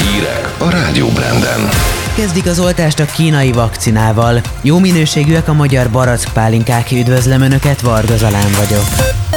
Hírek a Rádió Branden. Kezdik az oltást a kínai vakcinával. Jó minőségűek a magyar barackpálinkák. Üdvözlöm Önöket, Varga Zalán vagyok.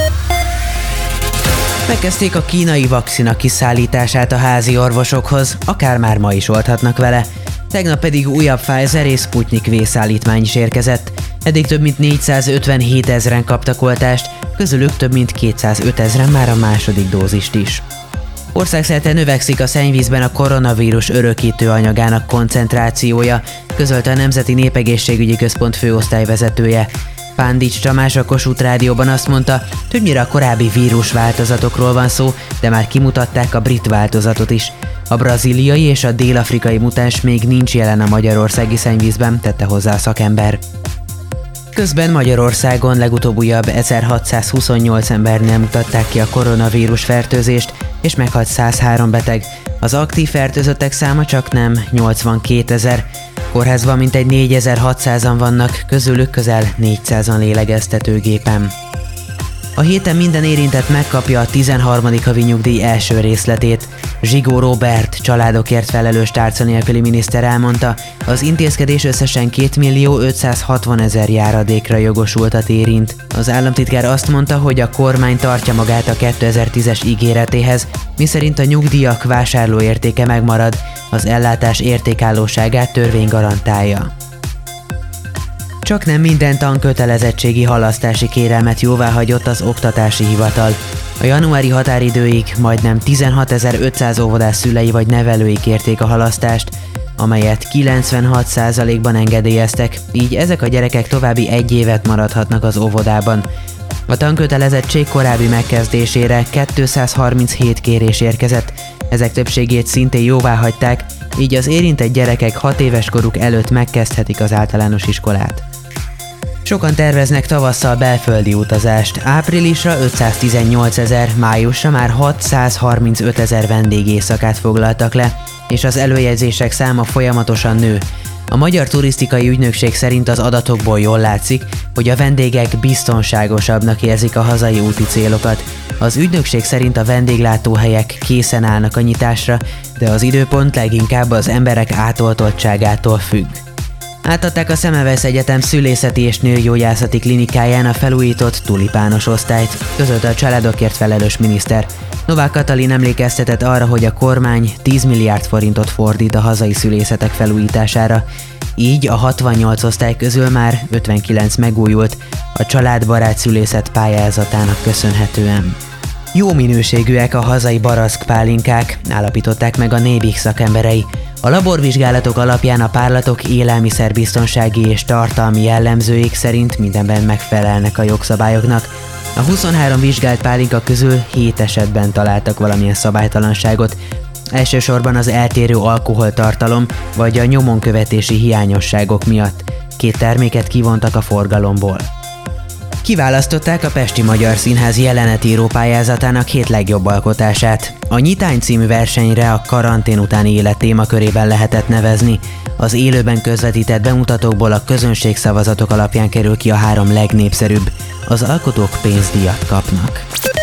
Megkezdték a kínai vakcina kiszállítását a házi orvosokhoz, akár már ma is olthatnak vele. Tegnap pedig újabb Pfizer és Sputnik V szállítmány is érkezett. Eddig több mint 457 000 kaptak oltást, közülük több mint 205 000 már a második dózist is. Országszerte növekszik a szennyvízben a koronavírus örökítő anyagának koncentrációja, közölte a Nemzeti Népegészségügyi Központ főosztályvezetője. Pándics Tamás a Kossuth Rádióban azt mondta, többnyire a korábbi vírusváltozatokról van szó, de már kimutatták a brit változatot is. A brazíliai és a dél-afrikai mutáns még nincs jelen a magyarországi szennyvízben, tette hozzá a szakember. Közben Magyarországon legutóbb újabb 1628 embernél mutatták ki a koronavírus fertőzést, és meghalt 103 beteg. Az aktív fertőzöttek száma csaknem 82 000. Kórházban mintegy 4600-an vannak, közülük közel 400-an lélegeztetőgépen. A héten minden érintett megkapja a 13. havi nyugdíj első részletét. Zsigó Róbert, családokért felelős tárca nélküli miniszter elmondta, az intézkedés összesen 2 560 000 járadékra jogosultat érint. Az államtitkár azt mondta, hogy a kormány tartja magát a 2010-es ígéretéhez, miszerint a nyugdíjak vásárlóértéke megmarad, az ellátás értékállóságát törvény garantálja. Csak nem minden tankötelezettségi halasztási kérelmet jóváhagyott az Oktatási Hivatal. A januári határidőig majdnem 16 500 óvodás szülei vagy nevelői kérték a halasztást, amelyet 96%-ban engedélyeztek, így ezek a gyerekek további 1 évet maradhatnak az óvodában. A tankötelezettség korábbi megkezdésére 237 kérés érkezett, ezek többségét szintén jóváhagyták, így az érintett gyerekek 6 éves koruk előtt megkezdhetik az általános iskolát. Sokan terveznek tavasszal belföldi utazást. Áprilisra 518 000, májusra már 635 000 vendégészakát foglaltak le, és az előjegyzések száma folyamatosan nő. A Magyar Turisztikai Ügynökség szerint az adatokból jól látszik, hogy a vendégek biztonságosabbnak érzik a hazai úti célokat. Az ügynökség szerint a vendéglátóhelyek készen állnak a nyitásra, de az időpont leginkább az emberek átoltottságától függ. Átadták a Semmelweis Egyetem szülészeti és nőgyógyászati klinikáján a felújított tulipános osztályt, közölte a családokért felelős miniszter. Novák Katalin emlékeztetett arra, hogy a kormány 10 milliárd forintot fordít a hazai szülészetek felújítására, így a 68 osztály közül már 59 megújult a családbarát szülészet pályázatának köszönhetően. Jó minőségűek a hazai barackpálinkák, állapították meg a Nébik szakemberei. A laborvizsgálatok alapján a párlatok élelmiszerbiztonsági és tartalmi jellemzőik szerint mindenben megfelelnek a jogszabályoknak. A 23 vizsgált pálinka közül 7 esetben találtak valamilyen szabálytalanságot, elsősorban az eltérő alkoholtartalom vagy a nyomonkövetési hiányosságok miatt. 2 terméket kivontak a forgalomból. Kiválasztották a Pesti Magyar Színház jelenetíró pályázatának 7 legjobb alkotását. A Nyitány című versenyre a karantén utáni élet témakörében lehetett nevezni. Az élőben közvetített bemutatókból a közönségszavazatok alapján kerül ki a 3 legnépszerűbb. Az alkotók pénzdíjat kapnak.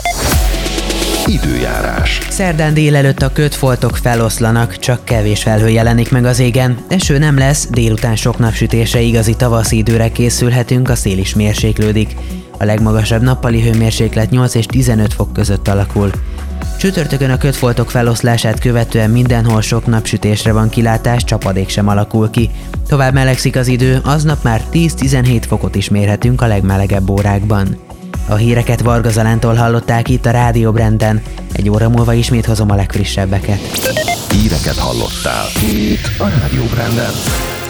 Időjárás. Szerdán délelőtt a kötfoltok feloszlanak, csak kevés felhő jelenik meg az égen. Eső nem lesz, délután sok napsütésre igazi tavaszi időre készülhetünk, a szél is mérséklődik. A legmagasabb nappali hőmérséklet 8 és 15 fok között alakul. Csütörtökön a kötfoltok feloszlását követően mindenhol sok napsütésre van kilátás, csapadék sem alakul ki. Tovább melegszik az idő, aznap már 10-17 fokot is mérhetünk a legmelegebb órákban. A híreket Varga Zalántól hallották itt a Rádió Branden. 1 óra múlva ismét hozom a legfrissebbeket. Híreket hallottál itt a Rádió Branden.